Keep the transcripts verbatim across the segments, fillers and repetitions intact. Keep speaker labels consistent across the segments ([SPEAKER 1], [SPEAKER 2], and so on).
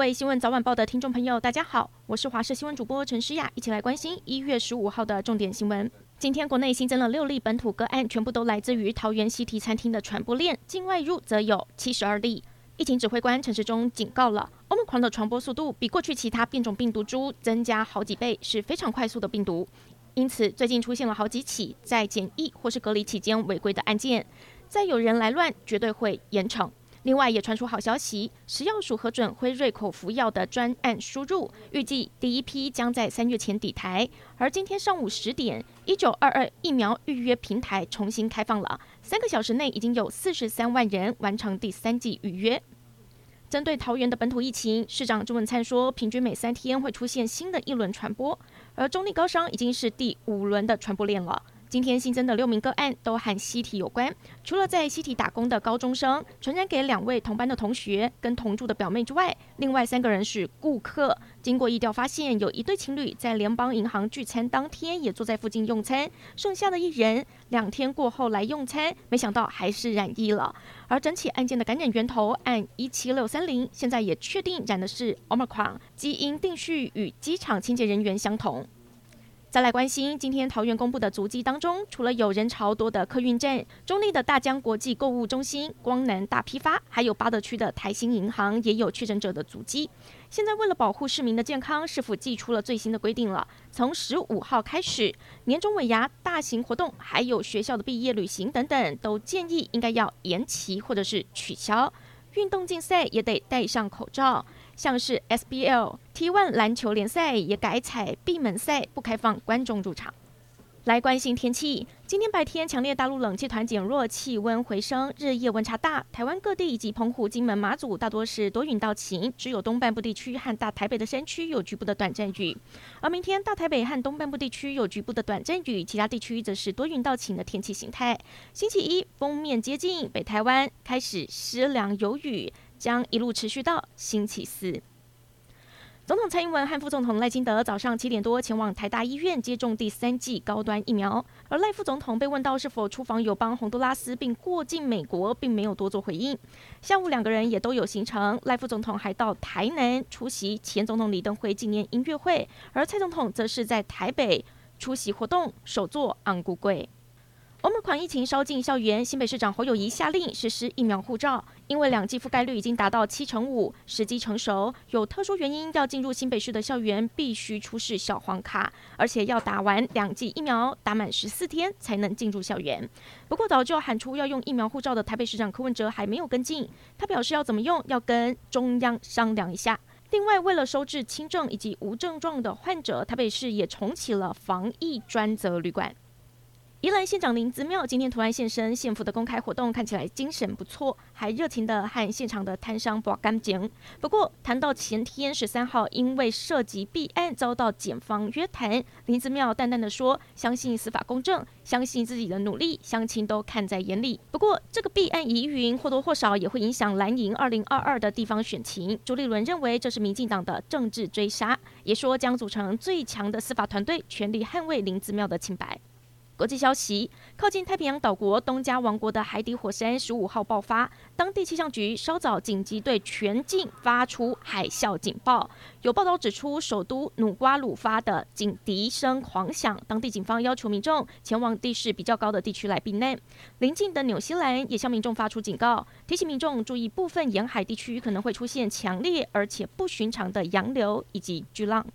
[SPEAKER 1] 位新闻早晚报的听众朋友，大家好，我是华视新闻主播陈诗雅，一起来关心一月十五号的重点新闻。今天国内新增了六例本土个案，全部都来自于桃园西提餐厅的传播链，境外入则有七十二例。疫情指挥官陈时中警告了， Omicron 的传播速度比过去其他变种病毒株增加好几倍，是非常快速的病毒。因此，最近出现了好几起在检疫或是隔离期间违规的案件，再有人来乱，绝对会严惩。另外也传出好消息，食药署核准辉瑞口服药的专案输入，预计第一批将在三月前抵台。而今天上午十点，一九二二疫苗预约平台重新开放了，三个小时内已经有四十三万人完成第三剂预约。针对桃园的本土疫情，市长朱文灿说，平均每三天会出现新的一轮传播，而中立高商已经是第五轮的传播链了。今天新增的六名个案都和西体有关，除了在西体打工的高中生传染给两位同班的同学跟同住的表妹之外，另外三个人是顾客。经过疫调发现，有一对情侣在联邦银行聚餐当天也坐在附近用餐，剩下的一人两天过后来用餐，没想到还是染疫了。而整起案件的感染源头按一七六三零，现在也确定染的是 Omicron， 基因定序与机场清洁人员相同。再来关心，今天桃园公布的足迹当中，除了有人潮多的客运站、中立的大江国际购物中心、光南大批发，还有八德区的台新银行也有确诊者的足迹。现在为了保护市民的健康，市府祭出了最新的规定了，从十五号开始，年终尾牙、大型活动，还有学校的毕业旅行等等，都建议应该要延期或者是取消。运动竞赛也得戴上口罩，像是 S B L、T 一 篮球联赛也改采闭门赛，不开放观众入场。来关心天气，今天白天强烈大陆冷气团减弱，气温回升，日夜温差大。台湾各地以及澎湖、金门、马祖大多是多云到晴，只有东半部地区和大台北的山区有局部的短暂雨。而明天大台北和东半部地区有局部的短暂雨，其他地区则是多云到晴的天气形态。星期一锋面接近北台湾，开始湿凉有雨，将一路持续到星期四。总统蔡英文和副总统赖清德早上七点多前往台大医院接种第三剂高端疫苗，而赖副总统被问到是否出访友邦洪都拉斯并过境美国，并没有多做回应。下午两个人也都有行程，赖副总统还到台南出席前总统李登辉纪念音乐会，而蔡总统则是在台北出席活动，首座昂古柜。Omicron 疫情烧进校园，新北市长侯友宜下令实施疫苗护照，因为两剂覆盖率已经达到七成五，时机成熟，有特殊原因要进入新北市的校园必须出示小黄卡，而且要打完两剂疫苗，打满十四天才能进入校园。不过早就喊出要用疫苗护照的台北市长柯文哲还没有跟进，他表示要怎么用要跟中央商量一下。另外，为了收治轻症以及无症状的患者，台北市也重启了防疫专责旅馆。宜兰县长林姿妙今天突然现身县府的公开活动，看起来精神不错，还热情的和现场的摊商拔干净。不过谈到前天十三号因为涉及弊案遭到检方约谈，林姿妙淡淡的说，相信司法公正，相信自己的努力，乡亲都看在眼里。不过这个弊案疑云或多或少也会影响蓝营二零二二的地方选情。朱立伦认为这是民进党的政治追杀，也说将组成最强的司法团队，全力捍卫林姿妙的清白。国际消息，靠近太平洋岛国东加王国的海底火山十五号爆发，当地气象局稍早紧急对全境发出海啸警报。有报道指出，首都努瓜鲁发的警笛声狂响，当地警方要求民众前往地势比较高的地区来避难。邻近的纽西兰也向民众发出警告，提醒民众注意部分沿海地区可能会出现强烈而且不寻常的洋流以及巨浪。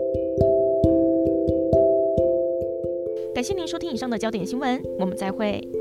[SPEAKER 1] 感谢您收听以上的焦点新闻，我们再会。